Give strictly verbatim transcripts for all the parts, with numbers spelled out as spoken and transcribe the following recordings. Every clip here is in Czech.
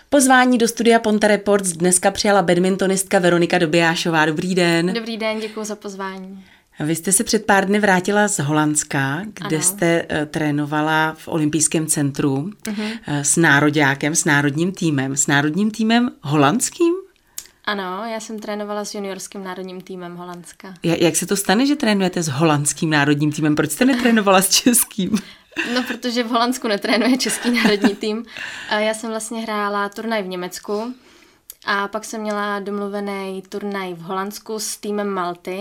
Pozvání do studia Ponte Reports dneska přijala badmintonistka Veronika Dobijášová. Dobrý den. Dobrý den, děkuji za pozvání. Vy jste se před pár dny vrátila z Holandska, kde ano. jste uh, trénovala v olympijském centru uh-huh. uh, s nároďákem, s národním týmem. S národním týmem holandským? Ano, já jsem trénovala s juniorským národním týmem Holandska. Jak, jak se to stane, že trénujete s holandským národním týmem? Proč jste netrénovala s českým? No, protože v Holandsku netrénuje český národní tým. Já jsem vlastně hrála turnaj v Německu a pak jsem měla domluvený turnaj v Holandsku s týmem Malty.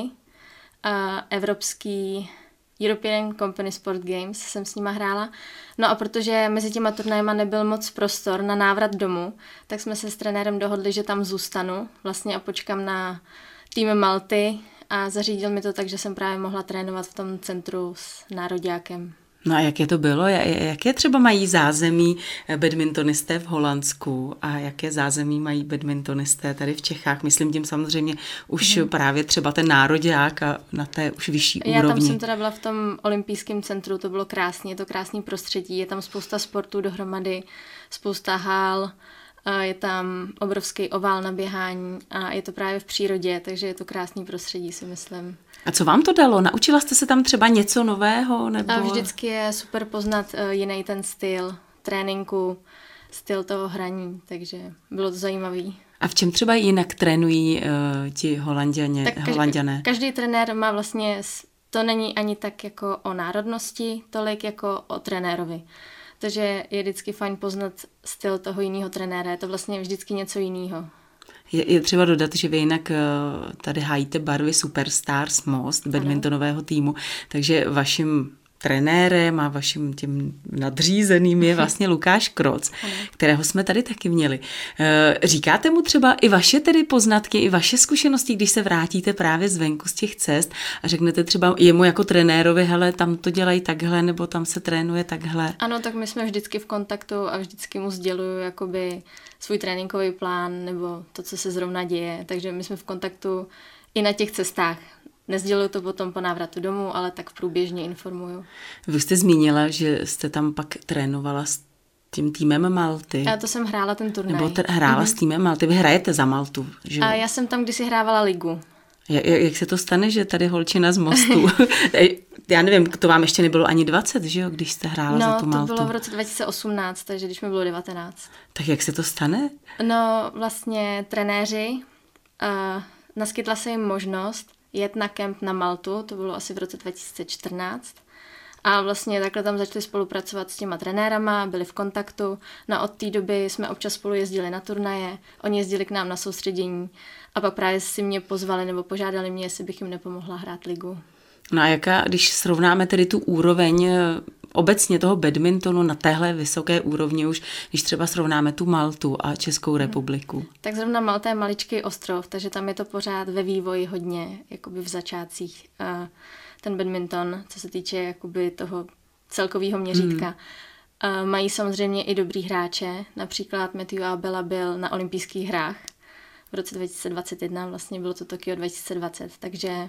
Evropský European Company Sport Games jsem s nima hrála. No a protože mezi těma turnajema nebyl moc prostor na návrat domů, tak jsme se s trenérem dohodli, že tam zůstanu vlastně a počkám na tým Malty a zařídil mi to tak, že jsem právě mohla trénovat v tom centru s nároďákem. No a jaké to bylo? Jaké třeba mají zázemí badmintonisté v Holandsku a jaké zázemí mají badmintonisté tady v Čechách? Myslím tím samozřejmě už hmm. právě třeba ten nároďák a na té už vyšší Já úrovni. tam jsem teda byla v tom olympijském centru, to bylo krásné, je to krásný prostředí, je tam spousta sportů dohromady, spousta hál, je tam obrovský ovál na běhání a je to právě v přírodě, takže je to krásný prostředí, si myslím. A co vám to dalo? Naučila jste se tam třeba něco nového? Nebo... A vždycky je super poznat uh, jiný ten styl tréninku, styl toho hraní, takže bylo to zajímavý. A v čem třeba jinak trénují uh, ti Holanděně, tak každý, Holanděné? Každý trenér má vlastně, to není ani tak jako o národnosti, tolik jako o trenérovi. Takže je vždycky fajn poznat styl toho jiného trenéra, je to vlastně vždycky něco jiného. Je, je třeba dodat, že vy jinak tady hájíte barvy Superstars Most, badmintonového týmu, takže vaším trenérem a vaším tím nadřízeným je vlastně Lukáš Kroc, kterého jsme tady taky měli. Říkáte mu třeba i vaše tedy poznatky, i vaše zkušenosti, když se vrátíte právě zvenku z těch cest a řeknete třeba jemu jako trenérovi, hele, tam to dělají takhle, nebo tam se trénuje takhle? Ano, tak my jsme vždycky v kontaktu a vždycky mu sděluju jakoby svůj tréninkový plán nebo to, co se zrovna děje, takže my jsme v kontaktu i na těch cestách. Nezděluju to potom po návratu domů, ale tak průběžně informuju. Vy jste zmínila, že jste tam pak trénovala s tím týmem Malty. Já to jsem hrála ten turnaj. Nebo t- hrála mm-hmm. s týmem Malty. Vy hrajete za Maltu, že? A já jsem tam kdysi hrávala ligu. Jak, jak se to stane, že tady holčina z Mostu? Já nevím, to vám ještě nebylo ani dvacet, že jo, když jste hrála no, za tu Maltu. No, to bylo v roce dva tisíce osmnáct, takže když mi bylo devatenáct. Tak jak se to stane? No, vlastně trenéři, uh, naskytla se jim možnost jet na kemp na Maltu, to bylo asi v roce dva tisíce čtrnáct. A vlastně takhle tam začali spolupracovat s těma trenérama, byli v kontaktu. No od té doby jsme občas spolu jezdili na turnaje, oni jezdili k nám na soustředění a pak právě si mě pozvali nebo požádali mě, jestli bych jim nepomohla hrát ligu. No a jaká, když srovnáme tedy tu úroveň obecně toho badmintonu na téhle vysoké úrovni už, když třeba srovnáme tu Maltu a Českou republiku? Tak zrovna Malta je maličký ostrov, takže tam je to pořád ve vývoji hodně, jakoby v začátcích. Ten badminton, co se týče jakoby toho celkového měřítka. Hmm. Mají samozřejmě i dobrý hráče, například Matthew Abela byl na olympijských hrách v roce dva tisíce dvacet jedna, vlastně bylo to Tokio dva tisíce dvacet, takže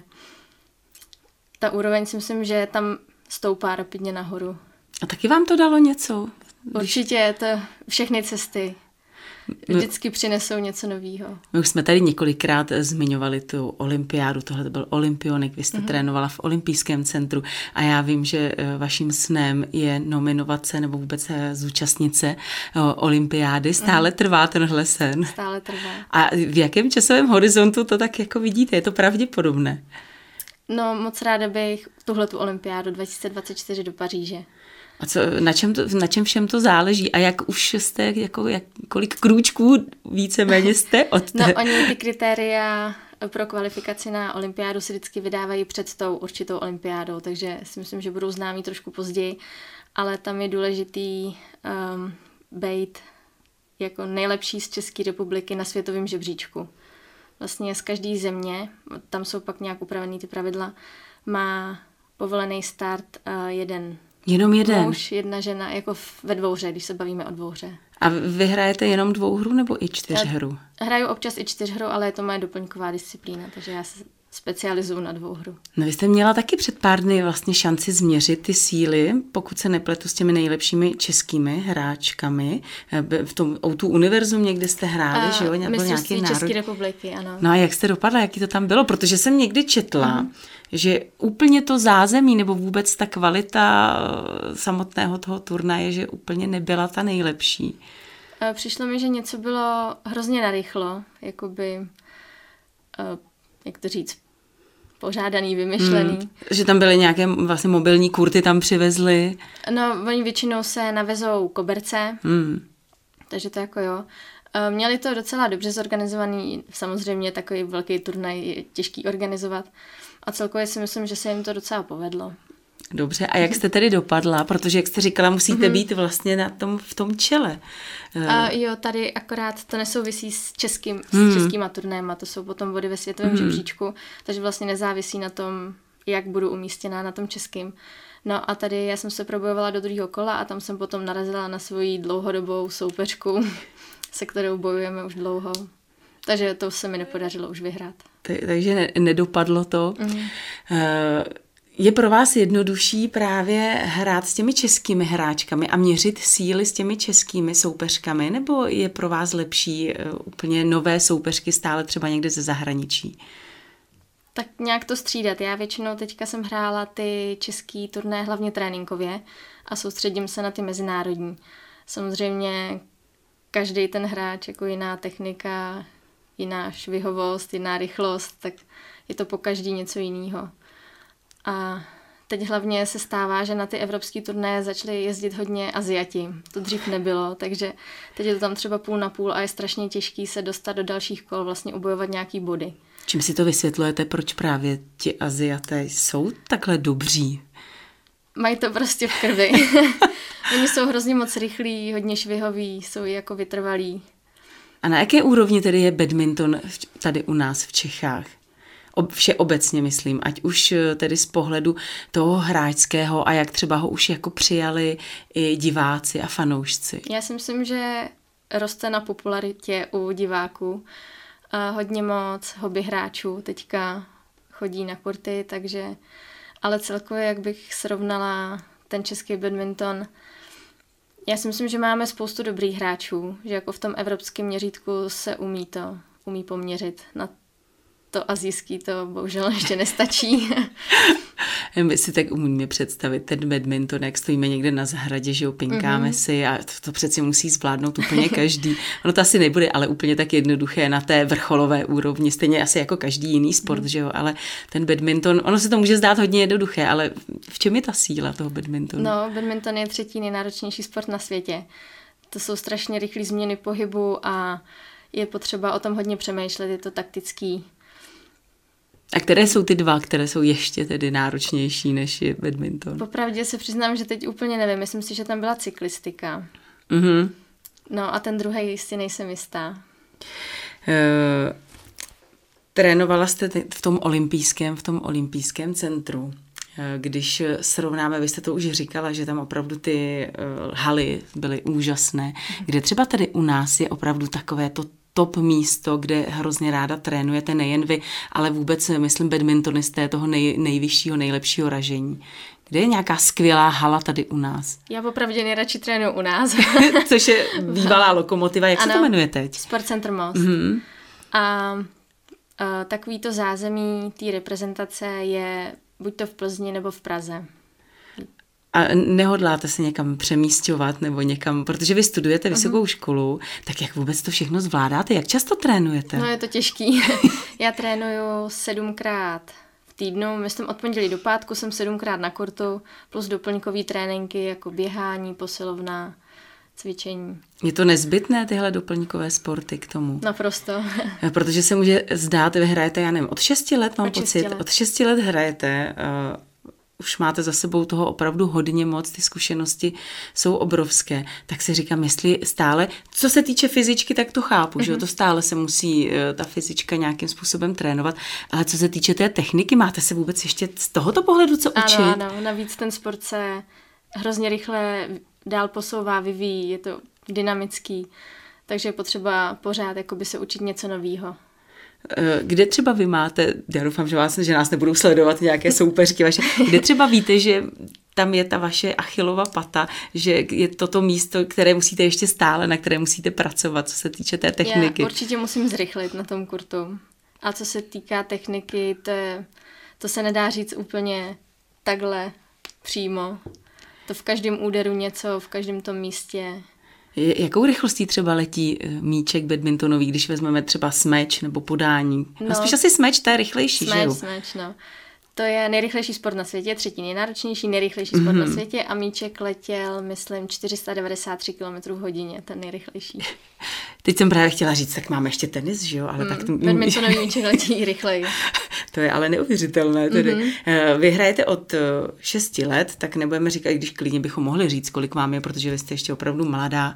ta úroveň si myslím, že tam stoupá rapidně nahoru. A taky vám to dalo něco? Určitě, to všechny cesty vždycky přinesou něco nového. My už jsme tady několikrát zmiňovali tu olympiádu, tohle to byl olympionik, vy jste mm-hmm. trénovala v olympijském centru a já vím, že vaším snem je nominovat se nebo vůbec zúčastnit se olympiády. Stále mm-hmm. trvá tenhle sen? Stále trvá. A v jakém časovém horizontu to tak jako vidíte? Je to pravděpodobné? No, moc ráda bych tuhletu olympiádu dva tisíce dvacet čtyři do Paříže. A co, na, čem to, na čem všem to záleží? A jak už jste, jako, jak, kolik krůčků víceméně jste od té? No, oni ty kritéria pro kvalifikaci na olympiádu si vždycky vydávají před tou určitou olympiádou, takže si myslím, že budou známí trošku později, ale tam je důležitý um, být jako nejlepší z České republiky na světovém žebříčku. Vlastně z každé země, tam jsou pak nějak upravený ty pravidla, má povolený start uh, jeden Jenom jeden? muž, jedna žena, jako ve dvouhře, když se bavíme o dvouhře. A vy hrajete jenom dvouhru nebo i čtyřhru? Hraju občas i čtyřhru, ale je to moje doplňková disciplína, takže já se specializuju na dvouhru. No vy jste měla taky před pár dny vlastně šanci změřit ty síly, pokud se nepletu, s těmi nejlepšími českými hráčkami. V tom O dva Univerzum někde jste hráli, že jo? Mistrovství České republiky, ano. No a jak jste dopadla, jaký to tam bylo? Protože jsem někdy četla, uh-huh. že úplně to zázemí nebo vůbec ta kvalita samotného toho turnaje, že úplně nebyla ta nejlepší. Přišlo mi, že něco bylo hrozně narychlo, jakoby, jak to říct, pořádaný, vymyšlený. Hmm, že tam byly nějaké vlastně mobilní kurty, tam přivezli. No, oni většinou se navezou koberce, hmm. takže to jako jo. Měli to docela dobře zorganizovaný, samozřejmě takový velký turnaj je těžký organizovat a celkově si myslím, že se jim to docela povedlo. Dobře, a jak jste tedy dopadla? Protože, jak jste říkala, musíte mm-hmm. být vlastně na tom, v tom čele. Uh, jo, tady akorát to nesouvisí s, českým, mm. s českýma turnéma, to jsou potom body ve světovém mm. žebříčku, takže vlastně nezávisí na tom, jak budu umístěná na tom českým. No a tady já jsem se probojovala do druhého kola a tam jsem potom narazila na svoji dlouhodobou soupeřku, se kterou bojujeme už dlouho. Takže to se mi nepodařilo už vyhrát. Takže ne, nedopadlo to. Mm. Uh, Je pro vás jednodušší právě hrát s těmi českými hráčkami a měřit síly s těmi českými soupeřkami, nebo je pro vás lepší úplně nové soupeřky stále třeba někde ze zahraničí? Tak nějak to střídat. Já většinou teďka jsem hrála ty český turné hlavně tréninkově a soustředím se na ty mezinárodní. Samozřejmě každý ten hráč, jako jiná technika, jiná švihovost, jiná rychlost, tak je to po každý něco jiného. A teď hlavně se stává, že na ty evropské turné začaly jezdit hodně Aziati. To dřív nebylo, takže teď je to tam třeba půl na půl a je strašně těžký se dostat do dalších kol, vlastně ubojovat nějaký body. Čím si to vysvětlujete, proč právě ti Aziaté jsou takhle dobří? Mají to prostě v krvi. Oni jsou hrozně moc rychlí, hodně švihoví, jsou jako vytrvalí. A na jaké úrovni tedy je badminton tady u nás v Čechách? Všeobecně myslím, ať už tedy z pohledu toho hráčského a jak třeba ho už jako přijali i diváci a fanoušci. Já si myslím, že roste na popularitě u diváků. A hodně moc hobby hráčů teďka chodí na kurty, takže ale celkově, jak bych srovnala ten český badminton, já si myslím, že máme spoustu dobrých hráčů, že jako v tom evropském měřítku se umí to, umí poměřit. Na to asijský to bohužel ještě nestačí. My si tak umíme představit ten badminton, jak stojíme někde na zahradě, že opinkáme mm-hmm. si a to, to přeci musí zvládnout úplně každý. Ono to asi nebude ale úplně tak jednoduché na té vrcholové úrovni, stejně asi jako každý jiný sport, mm. že jo, ale ten badminton, ono se to může zdát hodně jednoduché, ale v čem je ta síla toho badmintonu? No, badminton je třetí nejnáročnější sport na světě. To jsou strašně rychlé změny pohybu a je potřeba o tom hodně přemýšlet, je to taktický. A které jsou ty dva, které jsou ještě tedy náročnější než je badminton? Popravdě se přiznám, že teď úplně nevím. Myslím si, že tam byla cyklistika. Mm-hmm. No a ten druhý jistě nejsem jistá. Uh, trénovala jste v tom olympijském, v tom olympijském centru. Když srovnáme, vy jste to už říkala, že tam opravdu ty uh, haly byly úžasné, kde třeba tady u nás je opravdu takové to top místo, kde hrozně ráda trénujete, nejen vy, ale vůbec, myslím, badmintonisté toho nej, nejvyššího, nejlepšího ražení. Kde je nějaká skvělá hala tady u nás? Já popravdě nejradši trénuju u nás. Což je bývalá Lokomotiva. Jak ano, se to jmenuje teď? Sportcenter Most. Mm-hmm. A, a takový to zázemí té reprezentace je buď to v Plzni nebo v Praze. A nehodláte se někam přemísťovat nebo někam, protože vy studujete vysokou uh-huh. školu, tak jak vůbec to všechno zvládáte? Jak často trénujete? No je to těžký. Já trénuju sedmkrát v týdnu, myslím od pondělí do pátku jsem sedmkrát na kurtu, plus doplňkový tréninky jako běhání, posilovna, cvičení. Je to nezbytné tyhle doplňkové sporty k tomu? Naprosto. Protože se může zdát, vy hrajete, já nevím, od šesti let mám od pocit, let. od šesti let hrajete, uh, už máte za sebou toho opravdu hodně moc, ty zkušenosti jsou obrovské, tak si říkám, jestli stále, co se týče fyzičky, tak to chápu, mm-hmm. že to stále se musí ta fyzička nějakým způsobem trénovat, ale co se týče té techniky, máte se vůbec ještě z tohoto pohledu co učit? Ano, ano, navíc ten sport se hrozně rychle dál posouvá, vyvíjí, je to dynamický, takže je potřeba pořád jakoby se učit něco novýho. Kde třeba vy máte, já doufám, že, vás, že nás nebudou sledovat nějaké soupeřky vaše, kde třeba víte, že tam je ta vaše Achillova pata, že je to to místo, které musíte ještě stále, na které musíte pracovat, co se týče té techniky? Já určitě musím zrychlit na tom kurtu. A co se týká techniky, to, je, to se nedá říct úplně takhle přímo. To v každém úderu něco, v každém tom místě. Jakou rychlostí třeba letí míček badmintonový, když vezmeme třeba smeč nebo podání? No, no spíš asi smeč, to je rychlejší, smeč, že jo? Smeč, no. To je nejrychlejší sport na světě, třetí nejnáročnější, nejrychlejší sport mm-hmm. na světě a míček letěl, myslím, čtyři sta devadesát tři kilometrů v hodině, ten nejrychlejší. Teď jsem právě chtěla říct, tak máme ještě tenis, že jo? Ale mm, tak to... Badmintonový míček letí rychleji. To je ale neuvěřitelné. Tedy. Mm-hmm. Vy hrajete od šesti let, tak nebudeme říkat, když klidně bychom mohli říct, kolik vám je, protože vy jste ještě opravdu mladá.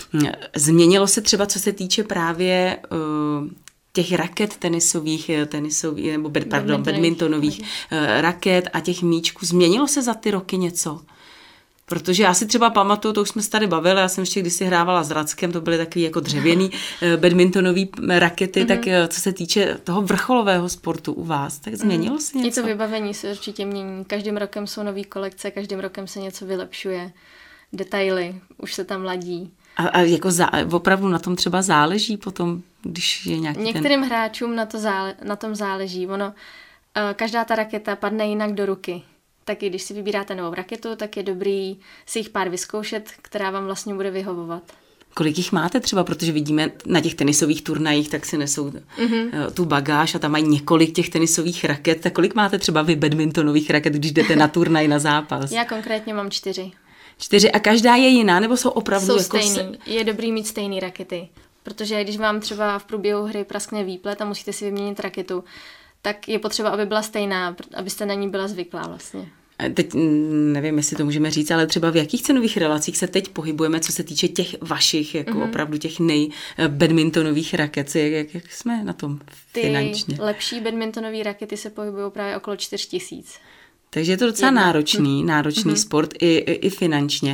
Změnilo se třeba, co se týče právě... Uh, těch raket tenisových, tenisových nebo pardon, badmintonových raket a těch míčků. Změnilo se za ty roky něco? Protože já si třeba pamatuju, to už jsme se tady bavili, já jsem ještě kdysi hrávala s Rackem, to byly takový jako dřevěný badmintonový rakety, mm-hmm. tak co se týče toho vrcholového sportu u vás, tak změnilo mm. se něco? I to vybavení se určitě mění. Každým rokem jsou nový kolekce, každým rokem se něco vylepšuje. Detaily už se tam ladí. A, a jako zá, opravdu na tom třeba záleží potom, když je nějaký Některým ten... hráčům na, to zále, na tom záleží. Ono, každá ta raketa padne jinak do ruky. Taky když si vybíráte novou raketu, tak je dobrý si jich pár vyzkoušet, která vám vlastně bude vyhovovat. Kolik jich máte třeba, protože vidíme na těch tenisových turnajích, tak si nesou mm-hmm. tu bagáž a tam mají několik těch tenisových raket. Tak kolik máte třeba vy badmintonových raket, když jdete na turnaj, na zápas? Já konkrétně mám čtyři. Čtyři a každá je jiná, nebo jsou opravdu jsou jako... stejný. Se... Je dobrý mít stejný rakety, protože když vám třeba v průběhu hry praskne výplet a musíte si vyměnit raketu, tak je potřeba, aby byla stejná, abyste na ní byla zvyklá vlastně. Teď nevím, jestli to můžeme říct, ale třeba v jakých cenových relacích se teď pohybujeme, co se týče těch vašich, jako mm-hmm. opravdu těch nej-badmintonových raket, jak, jak jsme na tom finančně? Ty lepší badmintonové rakety se pohybují právě okolo čtyři tisíce. Takže je to docela Jedna. náročný, náročný mm-hmm. sport i, i, i finančně.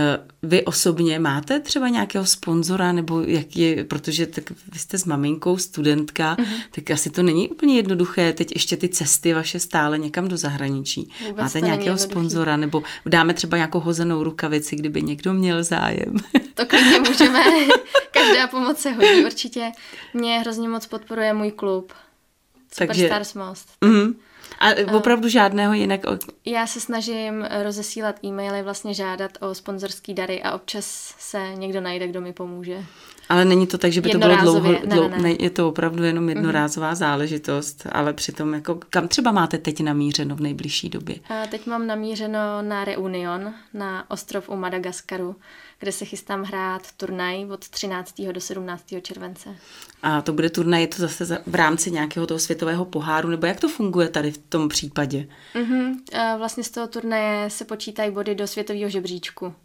Vy osobně máte třeba nějakého sponzora, nebo jak je, protože tak vy jste s maminkou, studentka, mm-hmm. tak asi to není úplně jednoduché, teď ještě ty cesty vaše stále někam do zahraničí. Vůbec máte nějakého sponzora, nebo dáme třeba nějakou hozenou rukavici, kdyby někdo měl zájem? To klidně můžeme, každá pomoc se hodí určitě. Mě hrozně moc podporuje můj klub, Superstars Most. Mm-hmm. A opravdu žádného jinak? Já se snažím rozesílat e-maily, vlastně žádat o sponzorský dary a občas se někdo najde, kdo mi pomůže. Ale není to tak, že by to bylo dlouho, ne, dlouho ne, ne. je to opravdu jenom jednorázová mm-hmm. záležitost, ale přitom jako, kam třeba máte teď namířeno v nejbližší době? A teď mám namířeno na Reunion, na ostrov u Madagaskaru, kde se chystám hrát turnaj od třináctého do sedmnáctého července. A to bude turnaj, je to zase v rámci nějakého toho světového poháru, nebo jak to funguje tady v tom případě? Mm-hmm. A vlastně z toho turnaje se počítají body do světového žebříčku.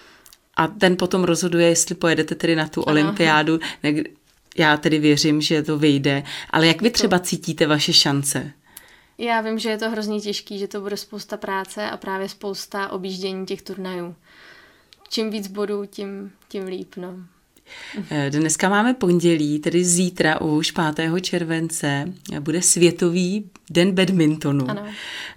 A ten potom rozhoduje, jestli pojedete tedy na tu olympiádu. Já tedy věřím, že to vyjde. Ale jak vy třeba cítíte vaše šance? Já vím, že je to hrozně těžký, že to bude spousta práce a právě spousta objíždění těch turnajů. Čím víc bodů, tím, tím líp, no. Dneska máme pondělí, tedy zítra už pátého července bude Světový den badmintonu. Ano.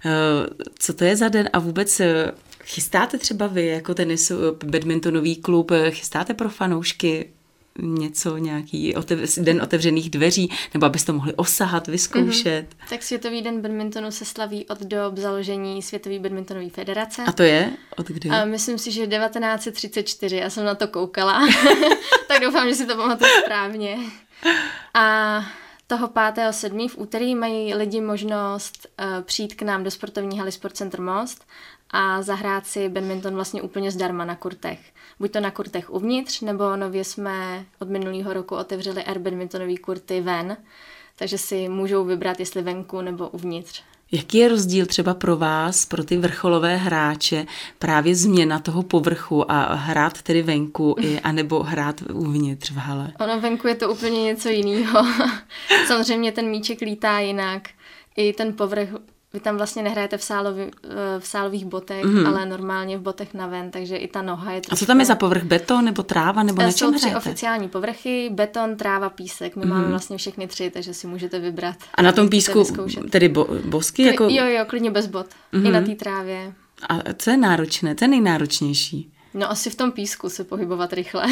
Co to je za den a vůbec chystáte třeba vy jako tenis, badmintonový klub, chystáte pro fanoušky něco, nějaký otev, den otevřených dveří, nebo abyste to mohli osahat, vyzkoušet? Mm-hmm. Tak Světový den badmintonu se slaví od dob založení Světové badmintonové federace. A to je? Od kdy? A myslím si, že devatenáct set třicet čtyři, já jsem na to koukala, tak doufám, že si to pamatuju správně. A toho pátého sedmého v úterý mají lidi možnost uh, přijít k nám do sportovní haly Sportcenter Most a zahrát si badminton vlastně úplně zdarma na kurtech. Buď to na kurtech uvnitř, nebo nově jsme od minulého roku otevřeli air badmintonový kurty ven, takže si můžou vybrat, jestli venku nebo uvnitř. Jaký je rozdíl třeba pro vás, pro ty vrcholové hráče, právě změna toho povrchu a hrát tedy venku, i, anebo hrát uvnitř v hale? Ono venku je to úplně něco jiného. Samozřejmě ten míček lítá jinak, i ten povrch vy tam vlastně nehrajete v, sálovi, v sálových botech, mm. ale normálně v botech na ven, takže i ta noha je trošku... A co tam je za povrch? Beton nebo tráva? Nebo na čem Jsou tři hrajete? Oficiální povrchy, beton, tráva, písek. My mm. máme vlastně všechny tři, takže si můžete vybrat. A na tom písku tedy bo, bosky? Kli, jako... Jo, jo, klidně bez bot. Mm. I na té trávě. A co je náročné? Co je nejnáročnější? No asi v tom písku se pohybovat rychle.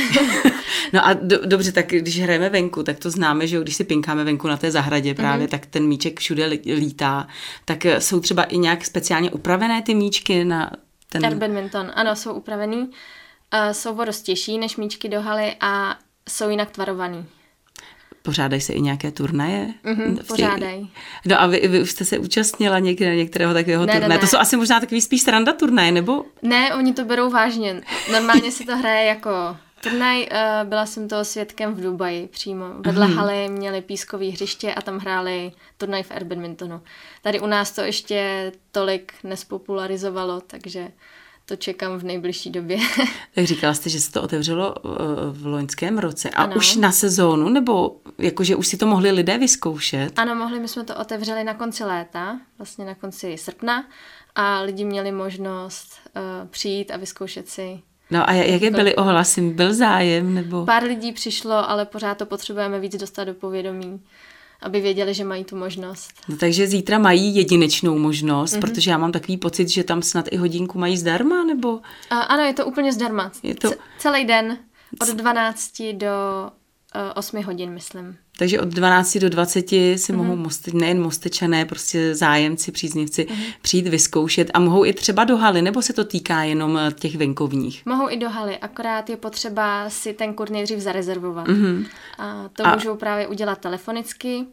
No a do, dobře, tak když hrajeme venku, tak to známe, že když si pinkáme venku na té zahradě právě, mm-hmm. tak ten míček všude lítá. Tak jsou třeba i nějak speciálně upravené ty míčky na ten... Air badminton, ano, jsou upravený. Uh, jsou o dost těžší než míčky do haly a jsou jinak tvarovaný. Pořádají se i nějaké turnaje? Mm-hmm, těch... Pořádají. No a vy, vy už jste se účastnila někde, některého takového ne, turnaje? Ne, ne. To jsou asi možná takový spíš sranda turnaje, nebo? Ne, oni to berou vážně. Normálně se to hraje jako turnaj. Uh, byla jsem toho svědkem v Dubaji přímo. Vedle mm. haly měli pískové hřiště a tam hráli turnaj v air badmintonu. Tady u nás to ještě tolik nespopularizovalo, takže... To čekám v nejbližší době. Tak říkala jste, že se to otevřelo v loňském roce. A ano. Už na sezónu, nebo jakože už si to mohli lidé vyzkoušet? Ano, mohli, my jsme to otevřeli na konci léta, vlastně na konci srpna a lidi měli možnost uh, přijít a vyzkoušet si. No a jaké byly ohlasy? Byl zájem? Nebo? Pár lidí přišlo, ale pořád to potřebujeme víc dostat do povědomí, aby věděli, že mají tu možnost. No, takže zítra mají jedinečnou možnost, mm-hmm. protože já mám takový pocit, že tam snad i hodinku mají zdarma, nebo? A, ano, je to úplně zdarma. Je to... C- celý den od dvanácti do uh, osmi hodin, myslím. Takže od dvanácti do dvaceti si mm-hmm. mohou moste, nejen Mostečané, prostě zájemci, příznivci mm-hmm. přijít vyzkoušet a mohou i třeba do haly, nebo se to týká jenom těch venkovních? Mohou i do haly, akorát je potřeba si ten kurz nejdřív zarezervovat. Mm-hmm. A to a... můžou právě udělat telefonicky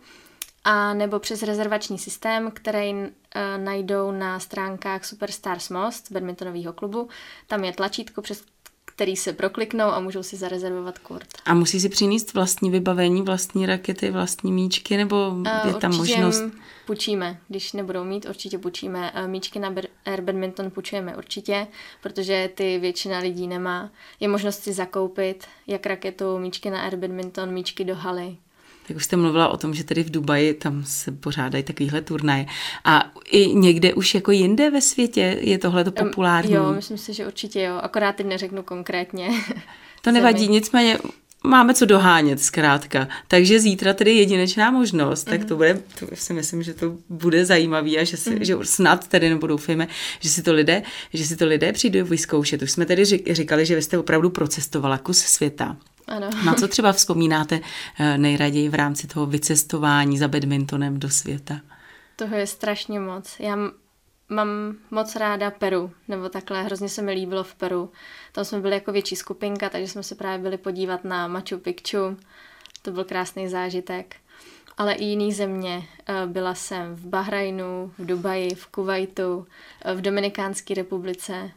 a nebo přes rezervační systém, který uh, najdou na stránkách Superstars Most, badmintonového klubu. Tam je tlačítko, přes který se prokliknou a můžou si zarezervovat kurt. A musí si přinést vlastní vybavení, vlastní rakety, vlastní míčky, nebo je tam určitě možnost? Půjčíme, když nebudou mít, určitě půjčíme. Míčky na air badminton půjčujeme určitě, protože ty většina lidí nemá. Je možnost si zakoupit jak raketu, míčky na air badminton, míčky do haly. Tak už jste mluvila o tom, že tady v Dubaji tam se pořádají takovýhle turnaje. A i někde už jako jinde ve světě je tohleto populární? Jo, myslím si, že určitě jo. Akorát teď neřeknu konkrétně. To nevadí, zemi. Nicméně máme co dohánět zkrátka. Takže zítra tedy jedinečná možnost. Mm-hmm. Tak to bude, to si myslím, že to bude zajímavý a že, si, mm-hmm. že snad tedy, nebo doufejme, že si to lidé, že si to lidé přijdou vyzkoušet. Už jsme tedy říkali, že vy jste opravdu procestovala kus světa. Ano. Na co třeba vzpomínáte nejraději v rámci toho vycestování za badmintonem do světa? Toho je strašně moc. Já m- mám moc ráda Peru, nebo takhle, hrozně se mi líbilo v Peru. Tam jsme byli jako větší skupinka, takže jsme se právě byli podívat na Machu Picchu. To byl krásný zážitek. Ale i jiný země. Byla jsem v Bahrajnu, v Dubaji, v Kuvajtu, v Dominikánské republice.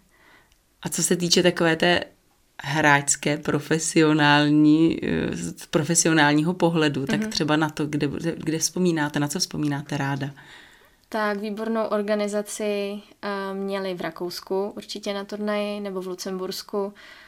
A co se týče takové té hráčské, profesionální, z profesionálního pohledu, tak mm-hmm. třeba na to, kde, kde vzpomínáte, na co vzpomínáte ráda? Tak výbornou organizaci uh, měli v Rakousku, určitě na turnaji, nebo v Lucembursku.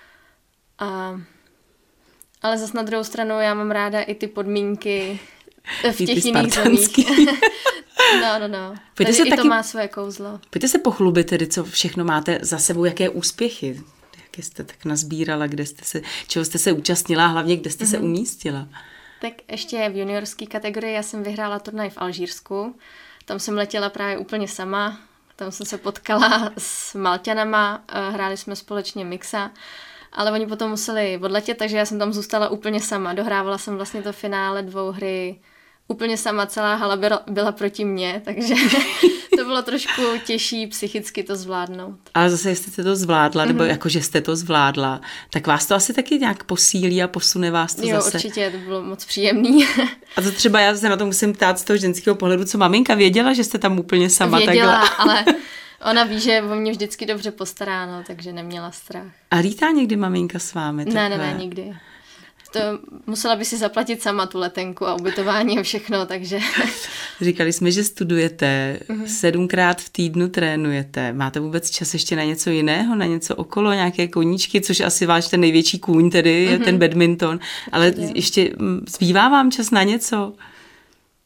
Uh, ale zas na druhou stranu já mám ráda i ty podmínky v těch ty jiných zemích. No, no, no. Tady se i taky, to má své kouzlo. Pojďte se pochlubit tedy, co všechno máte za sebou, jaké úspěchy. Jak jste tak nazbírala, kde jste se, čeho jste se účastnila a hlavně kde jste mm-hmm. se umístila? Tak ještě v juniorské kategorii já jsem vyhrála turnaj v Alžírsku. Tam jsem letěla právě úplně sama. Tam jsem se potkala s Malťanama, hráli jsme společně mixa, ale oni potom museli odletět, takže já jsem tam zůstala úplně sama. Dohrávala jsem vlastně to finále dvou hry úplně sama, celá hala byla, byla proti mně, takže to bylo trošku těžší psychicky to zvládnout. Ale zase, jestli jste to zvládla, mm-hmm. nebo jako, že jste to zvládla, tak vás to asi taky nějak posílí a posune vás to jo, zase. Jo, určitě, to bylo moc příjemný. A to třeba já se na to musím ptát z toho ženského pohledu, co maminka věděla, že jste tam úplně sama? Věděla, takhle. Ale ona ví, že o mě vždycky dobře postaráno, takže neměla strach. A lítá někdy maminka s vámi? Ne, ne, ne, nikdy. To musela by si zaplatit sama tu letenku a ubytování a všechno, takže... Říkali jsme, že studujete, mm-hmm. sedmkrát v týdnu trénujete. Máte vůbec čas ještě na něco jiného, na něco okolo, nějaké koníčky, což asi váš ten největší kůň tedy je mm-hmm. ten badminton, ale ještě zbývá vám čas na něco?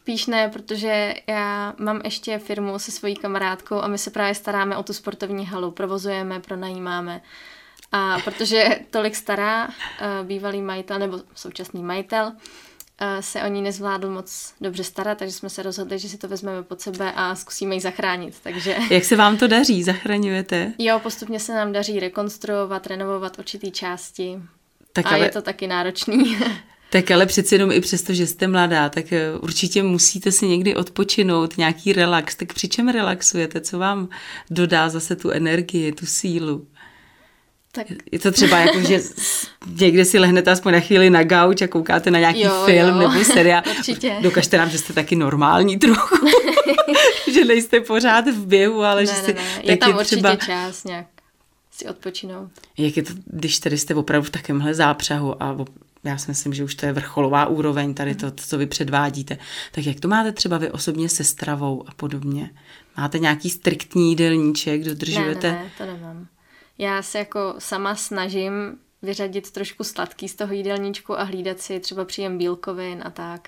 spíš ne, protože já mám ještě firmu se svojí kamarádkou a my se právě staráme o tu sportovní halu, provozujeme, pronajímáme. A protože tolik stará bývalý majitel nebo současný majitel se o ní nezvládl moc dobře starat, takže jsme se rozhodli, že si to vezmeme pod sebe a zkusíme ji zachránit. Takže... Jak se vám to daří? Zachraňujete? Jo, postupně se nám daří rekonstruovat, renovovat určitý části tak a ale... je to taky náročný. Tak ale přeci jenom i přesto, že jste mladá, tak určitě musíte si někdy odpočinout, nějaký relax. Tak při čem relaxujete? Co vám dodá zase tu energii, tu sílu? Tak. Je to třeba jako, že někde si lehnete aspoň na chvíli na gauč a koukáte na nějaký jo, film jo. nebo seriál. Určitě. Dokažte nám, že jste taky normální trochu. Že nejste pořád v běhu, ale ne, že jste... Ne, ne. Je tam určitě třeba... čas nějak si odpočinout. Jak je to, když tady jste opravdu v takovémhle zápřahu a já si myslím, že už to je vrcholová úroveň, tady to, co vy předvádíte. Tak jak to máte třeba vy osobně se stravou a podobně? Máte nějaký striktní jídelníček, dodržujete? Ne, ne, ne, to nemám. Já se jako sama snažím vyřadit trošku sladký z toho jídelníčku a hlídat si třeba příjem bílkovin a tak.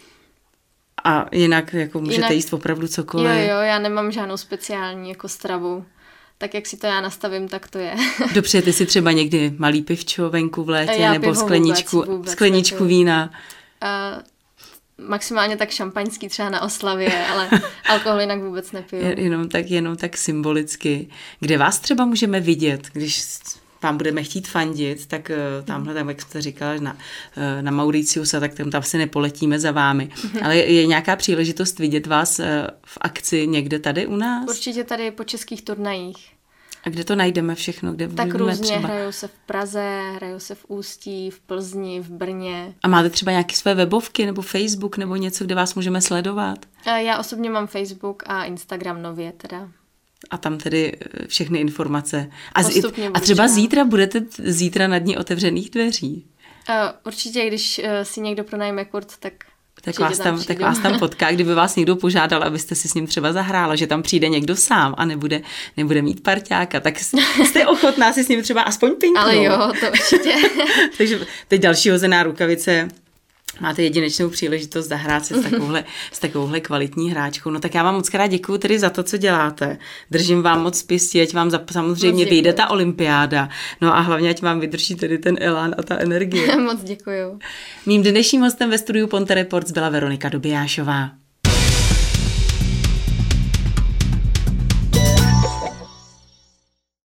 A jinak jako můžete jinak, jíst opravdu cokoliv? Jo, jo, já nemám žádnou speciální jako stravu. Tak jak si to já nastavím, tak to je. Dopřejete si třeba někdy malý pivčo venku v létě já nebo skleničku, vůbec, vůbec skleničku nepiju. vína? Uh, maximálně tak šampaňský třeba na oslavě, ale alkohol jinak vůbec nepiju. Jenom tak, jenom tak symbolicky. Kde vás třeba můžeme vidět, když vám budeme chtít fandit, tak tamhle, tam, jak jste říkala, na, na Mauriciusa, tak tam, tam se nepoletíme za vámi. Ale je, je nějaká příležitost vidět vás v akci někde tady u nás? Určitě tady po českých turnajích. A kde to najdeme všechno? Kde tak různě, třeba? Hrajou se v Praze, hrajou se v Ústí, v Plzni, v Brně. A máte třeba nějaké své webovky nebo Facebook nebo něco, kde vás můžeme sledovat? Já osobně mám Facebook a Instagram nově teda. A tam tedy všechny informace. A, z, Postupně a třeba zítra budete zítra na dní otevřených dveří? Uh, určitě, když uh, si někdo pronajme kurt, tak Tak vás, tam, tak vás tam potká, kdyby vás někdo požádal, abyste si s ním třeba zahrála, že tam přijde někdo sám a nebude, nebude mít parťáka, tak jste ochotná si s ním třeba aspoň pinknout. Ale jo, to určitě. Takže teď další hozená rukavice. Máte jedinečnou příležitost zahrát se s takovouhle, s takovouhle kvalitní hráčkou. No tak já vám moc krát děkuju tedy za to, co děláte. Držím vám moc pěstí, ať vám za, samozřejmě vyjde ta olympiáda. No a hlavně, ať vám vydrží tedy ten elán a ta energie. Moc děkuju. Mým dnešním hostem ve studiu Ponte Reports byla Veronika Dobijášová.